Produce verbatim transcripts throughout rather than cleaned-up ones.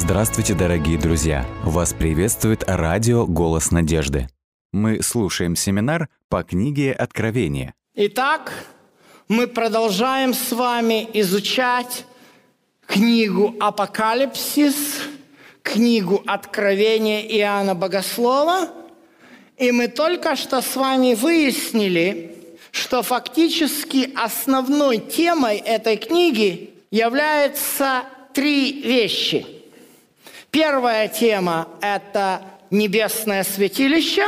Здравствуйте, дорогие друзья! Вас приветствует радио «Голос надежды». Мы слушаем семинар по книге Откровения. Итак, мы продолжаем с вами изучать книгу «Апокалипсис», книгу Откровения Иоанна Богослова. И мы только что с вами выяснили, что фактически основной темой этой книги являются три вещи. Первая тема – это небесное святилище.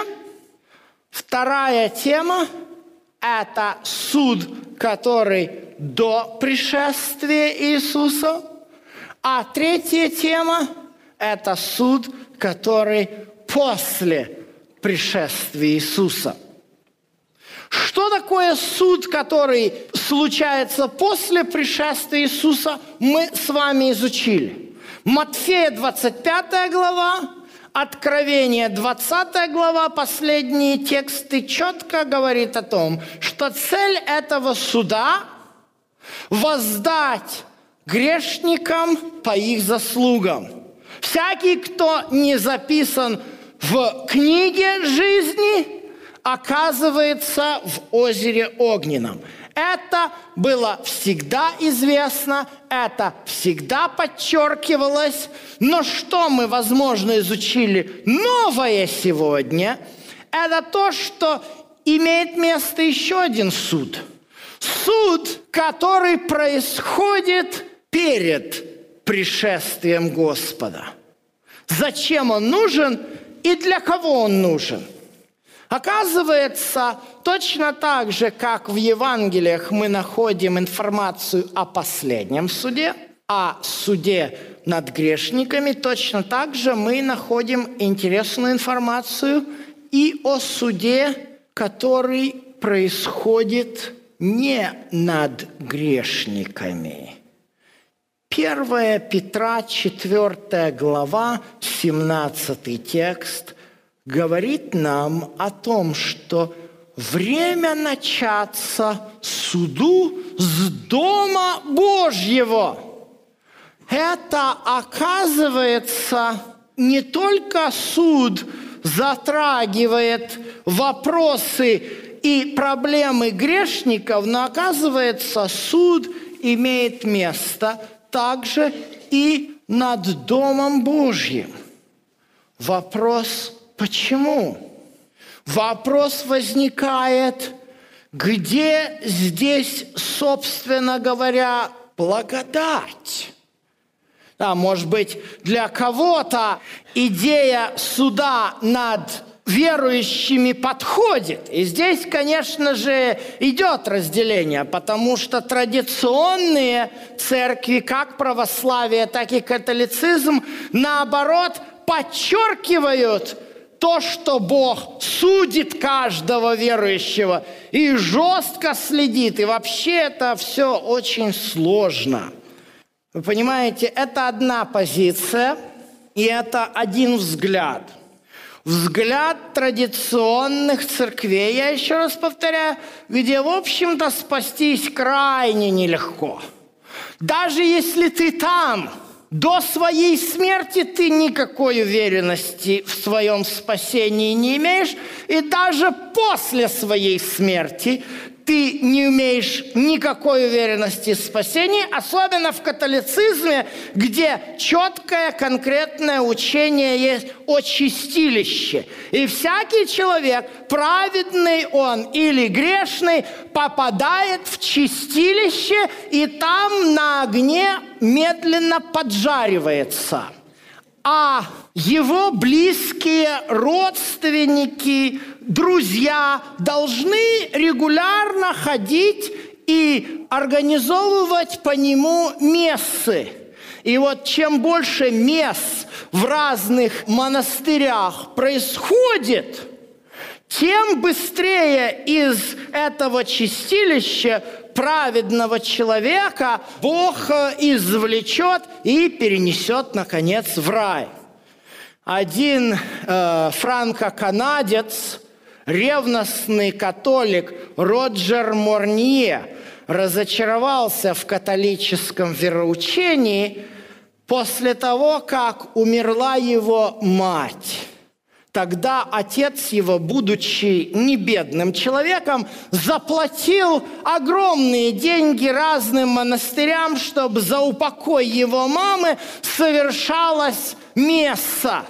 Вторая тема – это суд, который до пришествия Иисуса. А третья тема – это суд, который после пришествия Иисуса. Что такое суд, который случается после пришествия Иисуса, мы с вами изучили. Матфея двадцать пятая глава, Откровение двадцатая глава, последние тексты четко говорит о том, что цель этого суда – воздать грешникам по их заслугам. Всякий, кто не записан в книге жизни, оказывается в озере огненном. Это было всегда известно, это всегда подчеркивалось. Но что мы, возможно, изучили новое сегодня, это то, что имеет место еще один суд. Суд, который происходит перед пришествием Господа. Зачем он нужен и для кого он нужен? Оказывается, точно так же, как в Евангелиях мы находим информацию о последнем суде, о суде над грешниками, точно так же мы находим интересную информацию и о суде, который происходит не над грешниками. первое Петра, четвёртая глава, семнадцатый текст – говорит нам о том, что время начаться суду с Дома Божьего. Это, оказывается, не только суд затрагивает вопросы и проблемы грешников, но, оказывается, суд имеет место также и над Домом Божьим. Вопрос: почему? Вопрос возникает, где здесь, собственно говоря, благодать? Да, может быть, для кого-то идея суда над верующими подходит. И здесь, конечно же, идет разделение, потому что традиционные церкви, как православие, так и католицизм, наоборот, подчеркивают то, что Бог судит каждого верующего и жестко следит. И вообще это все очень сложно. Вы понимаете, это одна позиция, и это один взгляд. Взгляд традиционных церквей, я еще раз повторяю, где, в общем-то, спастись крайне нелегко. Даже если ты там, до своей смерти ты никакой уверенности в своем спасении не имеешь, и даже после своей смерти ты не имеешь никакой уверенности в спасении, особенно в католицизме, где четкое конкретное учение есть о чистилище. И всякий человек, праведный он или грешный, попадает в чистилище, и там на огне медленно поджаривается. А его близкие, родственники, друзья должны регулярно ходить и организовывать по нему мессы. И вот чем больше месс в разных монастырях происходит, тем быстрее из этого чистилища праведного человека Бог извлечет и перенесет, наконец, в рай. Один э, франко-канадец, ревностный католик Роджер Морнье, разочаровался в католическом вероучении, после того, как умерла его мать. Тогда отец его, будучи не бедным человеком, заплатил огромные деньги разным монастырям, чтобы за упокой его мамы совершалась месса.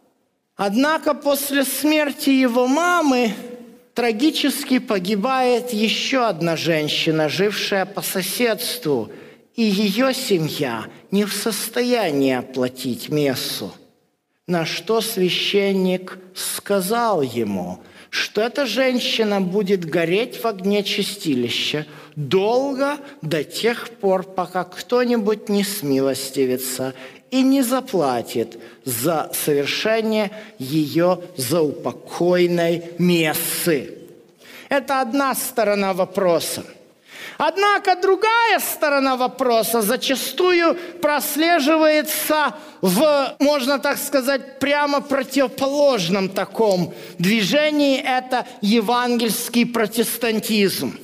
Однако после смерти его мамы трагически погибает еще одна женщина, жившая по соседству, и ее семья не в состоянии оплатить мессу. На что священник сказал ему, что эта женщина будет гореть в огне чистилища долго до тех пор, пока кто-нибудь не смилостивится и не заплатит за совершение ее заупокойной мессы. Это одна сторона вопроса. Однако другая сторона вопроса зачастую прослеживается в, можно так сказать, прямо противоположном таком движении. Это евангельский протестантизм,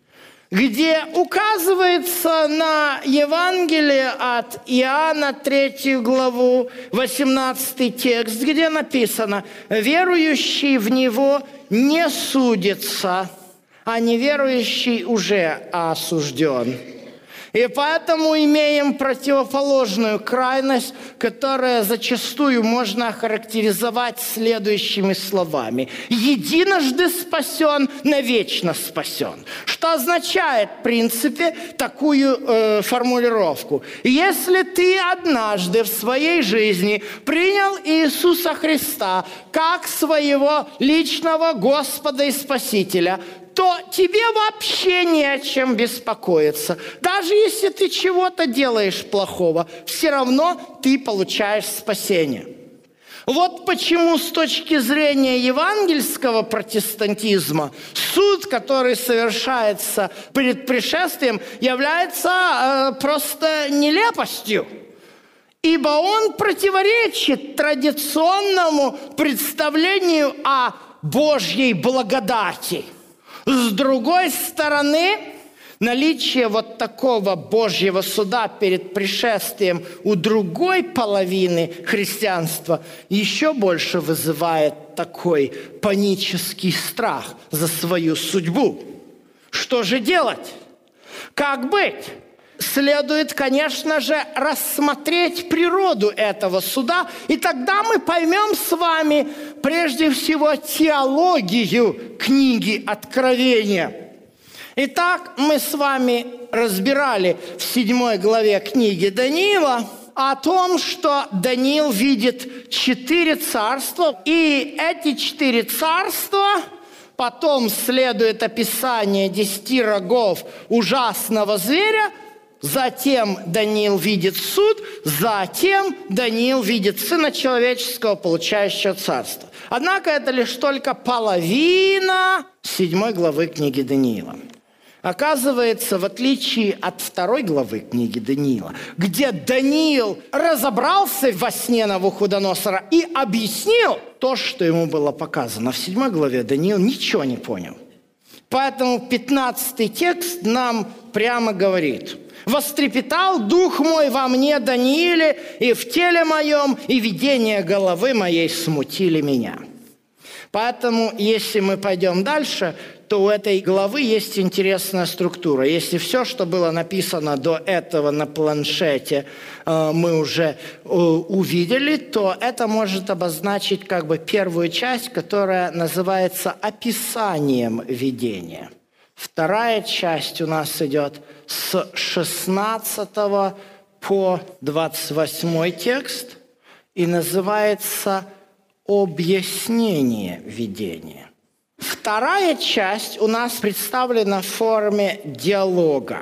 где указывается на Евангелие от Иоанна, третью главу, восемнадцатый текст, где написано: «Верующий в Него не судится, а неверующий уже осужден». И поэтому имеем противоположную крайность, которая зачастую можно охарактеризовать следующими словами: «Единожды спасен, навечно спасен». Что означает, в принципе, такую э, формулировку? Если ты однажды в своей жизни принял Иисуса Христа как своего личного Господа и Спасителя, то тебе вообще не о чем беспокоиться. Даже если ты чего-то делаешь плохого, все равно ты получаешь спасение. Вот почему с точки зрения евангельского протестантизма суд, который совершается перед пришествием, является э, просто нелепостью. Ибо он противоречит традиционному представлению о Божьей благодати. С другой стороны, наличие вот такого Божьего суда перед пришествием у другой половины христианства еще больше вызывает такой панический страх за свою судьбу. Что же делать? Как быть? Следует, конечно же, рассмотреть природу этого суда, и тогда мы поймем с вами прежде всего теологию книги Откровения. Итак, мы с вами разбирали в седьмой главе книги Даниила о том, что Даниил видит четыре царства, и эти четыре царства... Потом следует описание десяти рогов ужасного зверя. Затем Даниил видит суд, затем Даниил видит Сына Человеческого, получающего царство. Однако это лишь только половина седьмой главы книги Даниила. Оказывается, в отличие от второй главы книги Даниила, где Даниил разобрался во сне Навуходоносора и объяснил то, что ему было показано, в седьмой главе Даниил ничего не понял. Поэтому пятнадцатый текст нам прямо говорит: «Вострепетал дух мой во мне, Данииле, и в теле моем, и видение головы моей смутили меня». Поэтому, если мы пойдем дальше, то у этой главы есть интересная структура. Если все, что было написано до этого на планшете, мы уже увидели, то это может обозначить как бы первую часть, которая называется описанием видения. Вторая часть у нас идет с шестнадцатого по двадцать восьмой текст и называется «Объяснение видения». Вторая часть у нас представлена в форме диалога.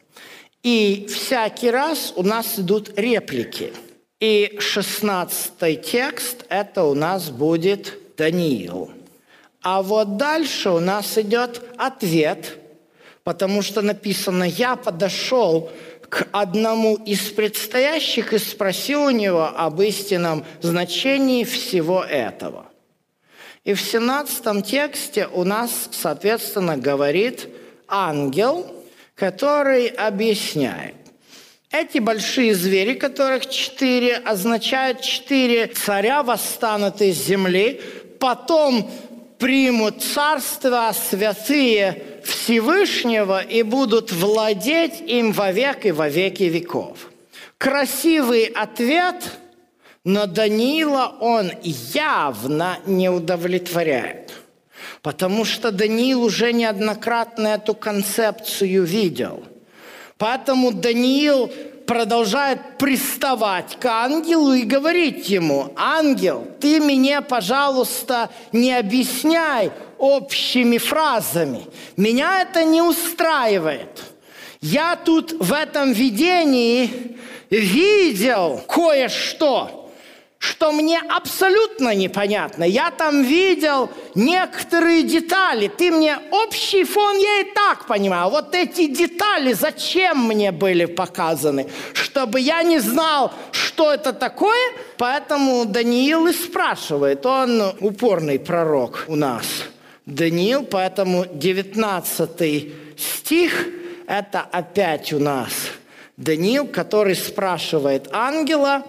И всякий раз у нас идут реплики. И шестнадцатый текст – это у нас будет Даниил. А вот дальше у нас идет ответ, потому что написано: «Я подошел к одному из предстоящих и спросил у него об истинном значении всего этого». И в семнадцатом тексте у нас, соответственно, говорит ангел, который объясняет. Эти большие звери, которых четыре, означают четыре царя, восстанут из земли, потом примут царство святые Всевышнего и будут владеть им вовек и во веки веков. Красивый ответ, но Даниила он явно не удовлетворяет, потому что Даниил уже неоднократно эту концепцию видел. Поэтому Даниил продолжает приставать к ангелу и говорить ему: «Ангел, ты мне, пожалуйста, не объясняй общими фразами. Меня это не устраивает. Я тут в этом видении видел кое-что, что мне абсолютно непонятно. Я там видел некоторые детали. Ты мне общий фон, я и так понимаю. Вот эти детали зачем мне были показаны? Чтобы я не знал, что это такое. Поэтому Даниил и спрашивает. Он упорный пророк у нас. Даниил, поэтому девятнадцатый стих, это опять у нас Даниил, который спрашивает ангела.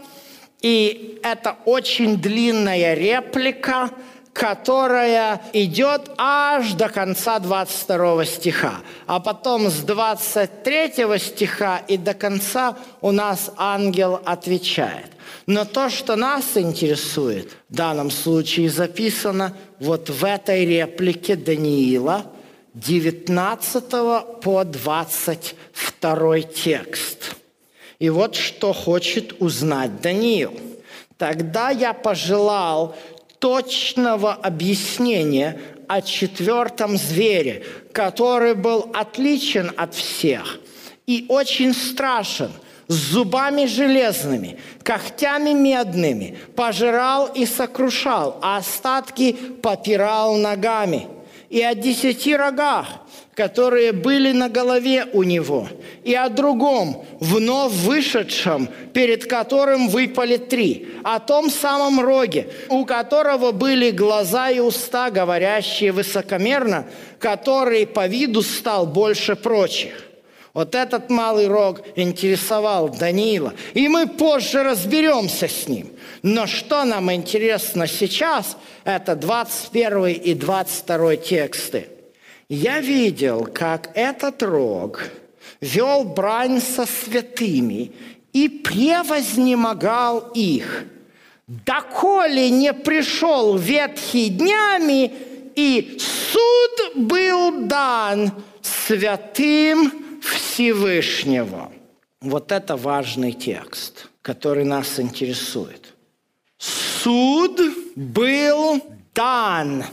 И это очень длинная реплика, которая идет аж до конца двадцать второго стиха. А потом с двадцать третьего стиха и до конца у нас ангел отвечает. Но то, что нас интересует, в данном случае записано вот в этой реплике Даниила, девятнадцатого по двадцать второй текст. И вот что хочет узнать Даниил. Тогда я пожелал точного объяснения о четвертом звере, который был отличен от всех и очень страшен, с зубами железными, когтями медными, пожирал и сокрушал, а остатки попирал ногами. И о десяти рогах, которые были на голове у него, и о другом, вновь вышедшем, перед которым выпали три, о том самом роге, у которого были глаза и уста, говорящие высокомерно, который по виду стал больше прочих. Вот этот малый рог интересовал Даниила, и мы позже разберемся с ним. Но что нам интересно сейчас, это двадцать первый и двадцать второй тексты. «Я видел, как этот рог вел брань со святыми и превознемогал их, доколе не пришел ветхий днями, и суд был дан святым Всевышнего». Вот это важный текст, который нас интересует. Суд был дан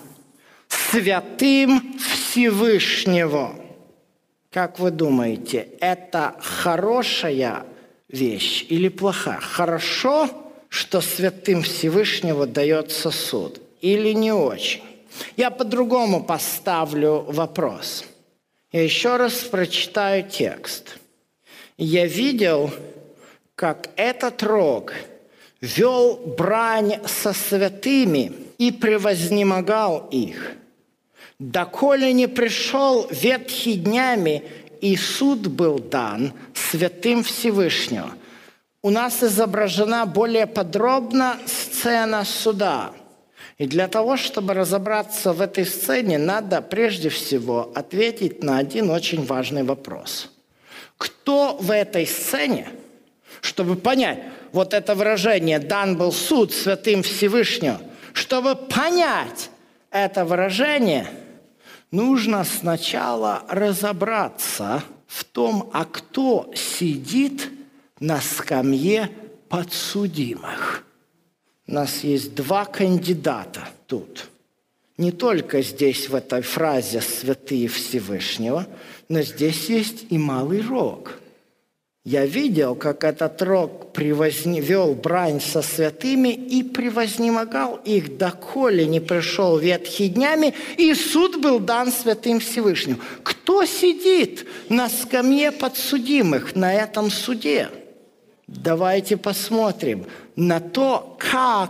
святым Всевышнего. Как вы думаете, это хорошая вещь или плохая? Хорошо, что святым Всевышнего дается суд, или не очень? Я по-другому поставлю вопрос. Я еще раз прочитаю текст. «Я видел, как этот рог вел брань со святыми и превознемогал их, доколе не пришел ветхий днями, и суд был дан святым Всевышнего». У нас изображена более подробно сцена суда. И для того, чтобы разобраться в этой сцене, надо прежде всего ответить на один очень важный вопрос. Кто в этой сцене, чтобы понять вот это выражение «дан был суд святым Всевышнего», чтобы понять это выражение, нужно сначала разобраться в том, а кто сидит на скамье подсудимых. У нас есть два кандидата тут. Не только здесь, в этой фразе «святые Всевышнего», но здесь есть и малый рог. Я видел, как этот рог превозне... вел брань со святыми и превознемогал их, доколе не пришел ветхий днями, и суд был дан святым Всевышним. Кто сидит на скамье подсудимых на этом суде? Давайте посмотрим на то, как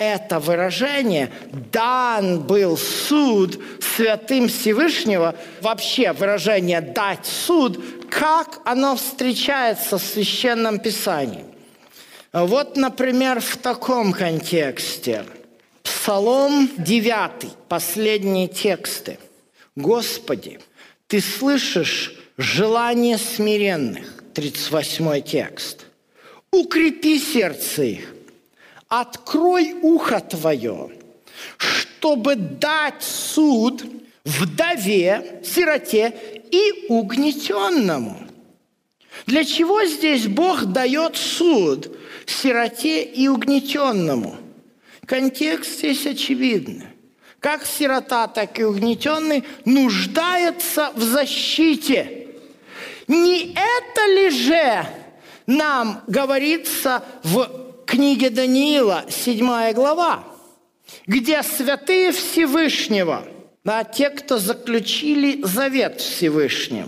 это выражение «дан был суд святым Всевышнего», вообще выражение «дать суд», как оно встречается в Священном Писании. Вот, например, в таком контексте. Псалом девятый, последние тексты. «Господи, Ты слышишь желание смиренных», тридцать восьмой текст. «Укрепи сердце их, открой ухо Твое, чтобы дать суд вдове, сироте и угнетенному». Для чего здесь Бог дает суд сироте и угнетенному? Контекст здесь очевидный. Как сирота, так и угнетенный нуждается в защите. Не это ли же нам говорится в книге Даниила, седьмая глава, где святые Всевышнего, да, те, кто заключили завет Всевышним,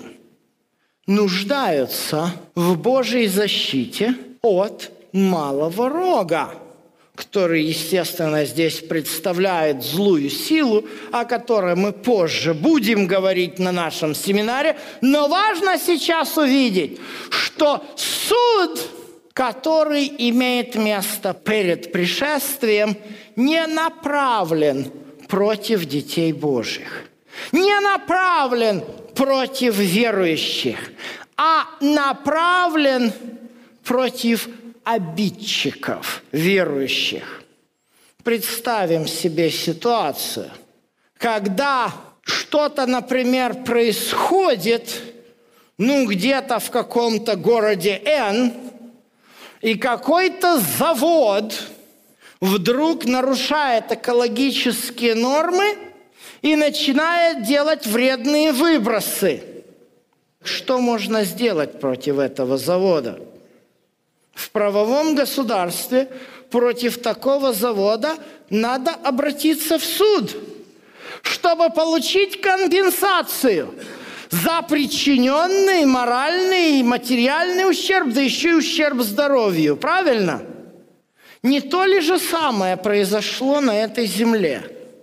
нуждаются в Божьей защите от малого рога, который, естественно, здесь представляет злую силу, о которой мы позже будем говорить на нашем семинаре. Но важно сейчас увидеть, что суд, который имеет место перед пришествием, не направлен против детей Божьих, не направлен против верующих, а направлен против обидчиков верующих. Представим себе ситуацию, когда что-то, например, происходит, ну, где-то в каком-то городе Н, и какой-то завод вдруг нарушает экологические нормы и начинает делать вредные выбросы. Что можно сделать против этого завода? В правовом государстве против такого завода надо обратиться в суд, чтобы получить компенсацию за причиненный моральный и материальный ущерб, да еще и ущерб здоровью. Правильно? Не то ли же самое произошло на этой земле,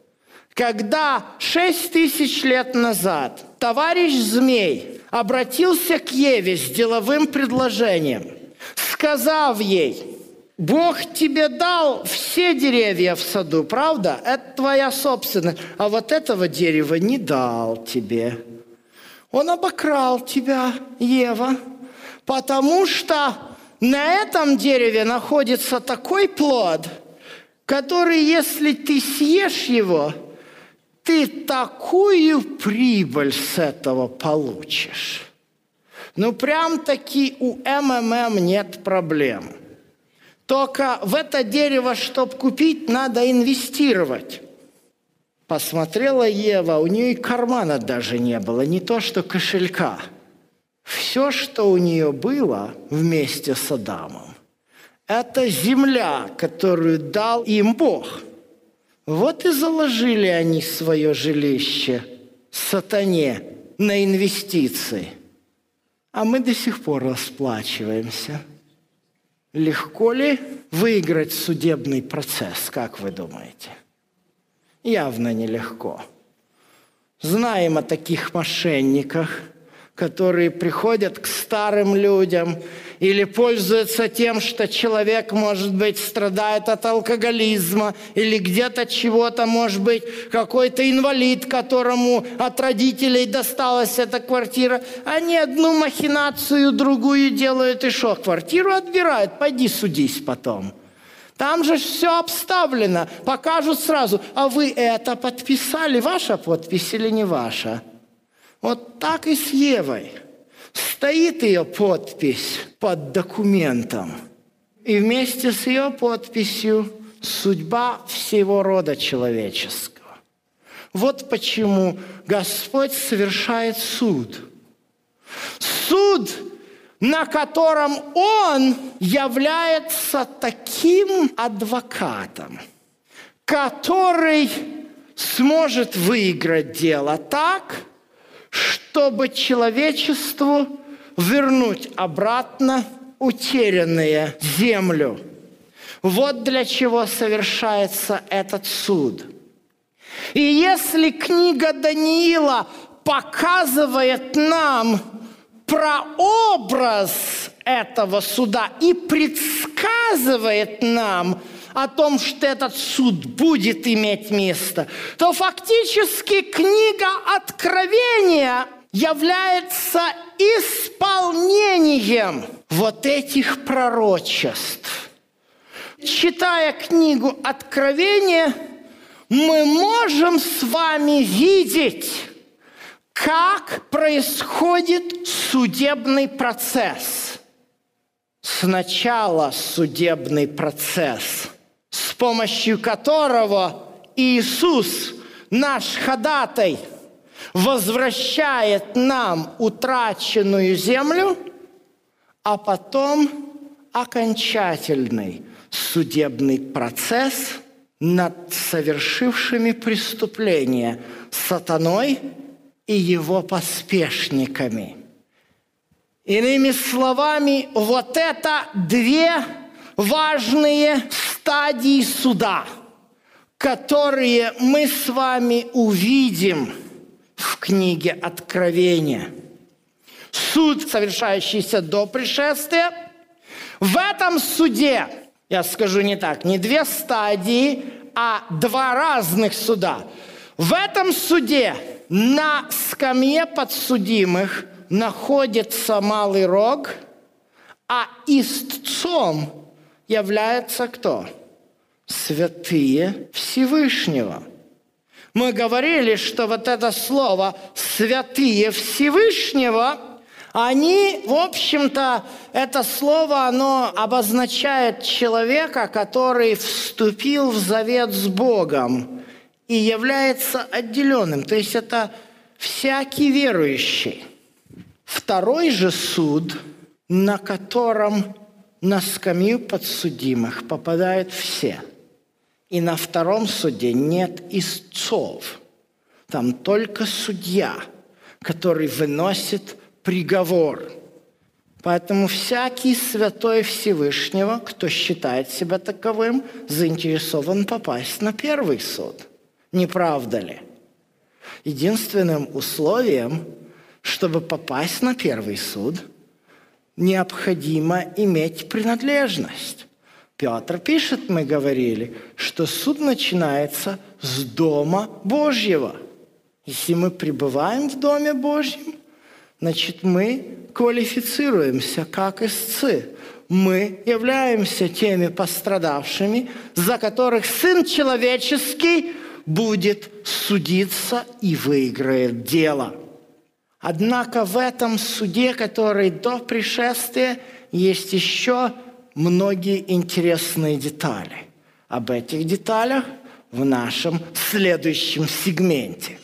когда шесть тысяч лет назад товарищ Змей обратился к Еве с деловым предложением, сказав ей: «Бог тебе дал все деревья в саду, правда? Это твоя собственность, а вот этого дерева не дал тебе. Он обокрал тебя, Ева, потому что на этом дереве находится такой плод, который, если ты съешь его, ты такую прибыль с этого получишь». Ну, прям-таки у эм эм эм нет проблем. Только в это дерево, чтобы купить, надо инвестировать. Посмотрела Ева, у нее и кармана даже не было, не то что кошелька. Все, что у нее было вместе с Адамом, это земля, которую дал им Бог. Вот и заложили они свое жилище сатане на инвестиции. А мы до сих пор расплачиваемся. Легко ли выиграть судебный процесс, как вы думаете? Явно нелегко. Знаем о таких мошенниках, которые приходят к старым людям или пользуются тем, что человек, может быть, страдает от алкоголизма или где-то чего-то, может быть, какой-то инвалид, которому от родителей досталась эта квартира. Они одну махинацию, другую делают, и шо, квартиру отбирают? Пойди судись потом. Там же все обставлено, покажут сразу. А вы это подписали? Ваша подпись или не ваша? Вот так и с Евой. Стоит ее подпись под документом. И вместе с ее подписью судьба всего рода человеческого. Вот почему Господь совершает суд. Суд, на котором Он является таким адвокатом, который сможет выиграть дело так, чтобы человечеству вернуть обратно утерянную землю. Вот для чего совершается этот суд. И если книга Даниила показывает нам прообраз этого суда и предсказывает нам о том, что этот суд будет иметь место, то фактически книга Откровения является исполнением вот этих пророчеств. Читая книгу Откровения, мы можем с вами видеть, как происходит судебный процесс. Сначала судебный процесс, с помощью которого Иисус, наш ходатай, возвращает нам утраченную землю, а потом окончательный судебный процесс над совершившими преступления сатаной и его поспешниками. Иными словами, вот это две важные стадии суда, которые мы с вами увидим в книге Откровения. Суд, совершающийся до пришествия. В этом суде, я скажу не так, не две стадии, а два разных суда. В этом суде на скамье подсудимых находится малый рог, а истцом является кто? Святые Всевышнего. Мы говорили, что вот это слово «святые Всевышнего», они, в общем-то, это слово, оно обозначает человека, который вступил в завет с Богом и является отделенным. То есть это всякий верующий. Второй же суд, на котором на скамью подсудимых попадают все. И на втором суде нет истцов. Там только судья, который выносит приговор. Поэтому всякий святой Всевышнего, кто считает себя таковым, заинтересован попасть на первый суд. Не правда ли? Единственным условием, чтобы попасть на первый суд, необходимо иметь принадлежность. Петр пишет, мы говорили, что суд начинается с Дома Божьего. Если мы пребываем в Доме Божьем, значит, мы квалифицируемся как истцы. Мы являемся теми пострадавшими, за которых Сын Человеческий будет судиться и выиграет дело. Однако в этом суде, который до пришествия, есть еще многие интересные детали. Об этих деталях в нашем следующем сегменте.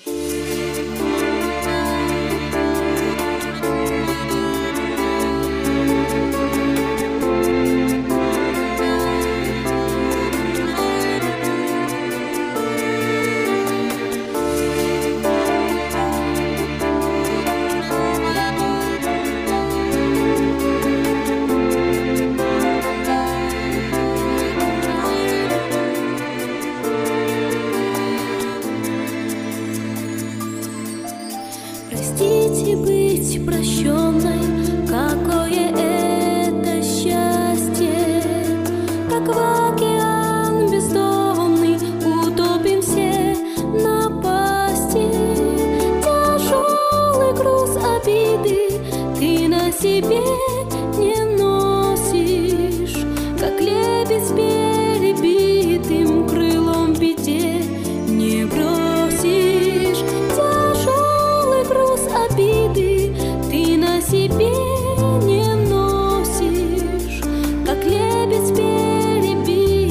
Простите, быть прощенной, какое это счастье, как в океан бездонный утопим все напасти. Тяжелый груз обиды ты на себе не носишь, как лебедь перебитым крылом в беде не бросишь. Тяжелый груз обиды ты на себе не носишь, как лебедь перебитым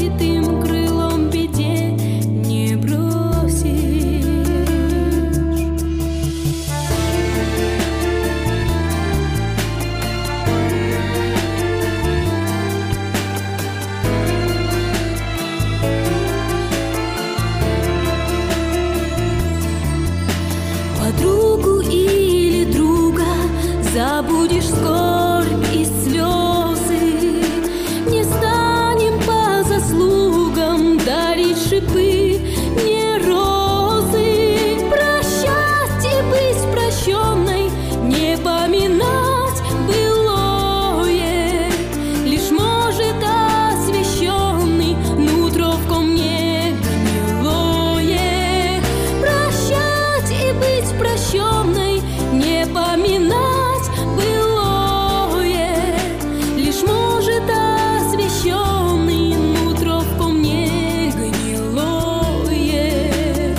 поминать былое, лишь может освещенный нутро в комне гнилое.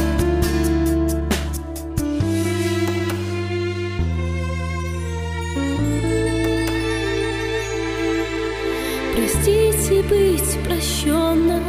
Простить и быть прощенной.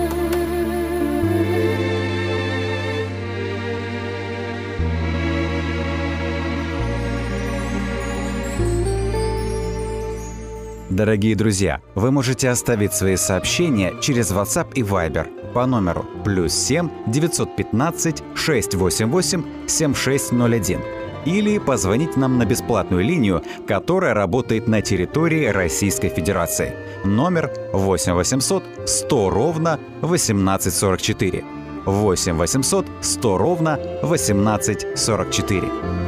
Дорогие друзья, вы можете оставить свои сообщения через WhatsApp и Viber по номеру плюс семь девятьсот пятнадцать шестьсот восемьдесят восемь семьдесят шесть ноль один или позвонить нам на бесплатную линию, которая работает на территории Российской Федерации. Номер восемь восемьсот сто ровно восемнадцать сорок четыре. восемь восемьсот сто ровно восемнадцать сорок четыре.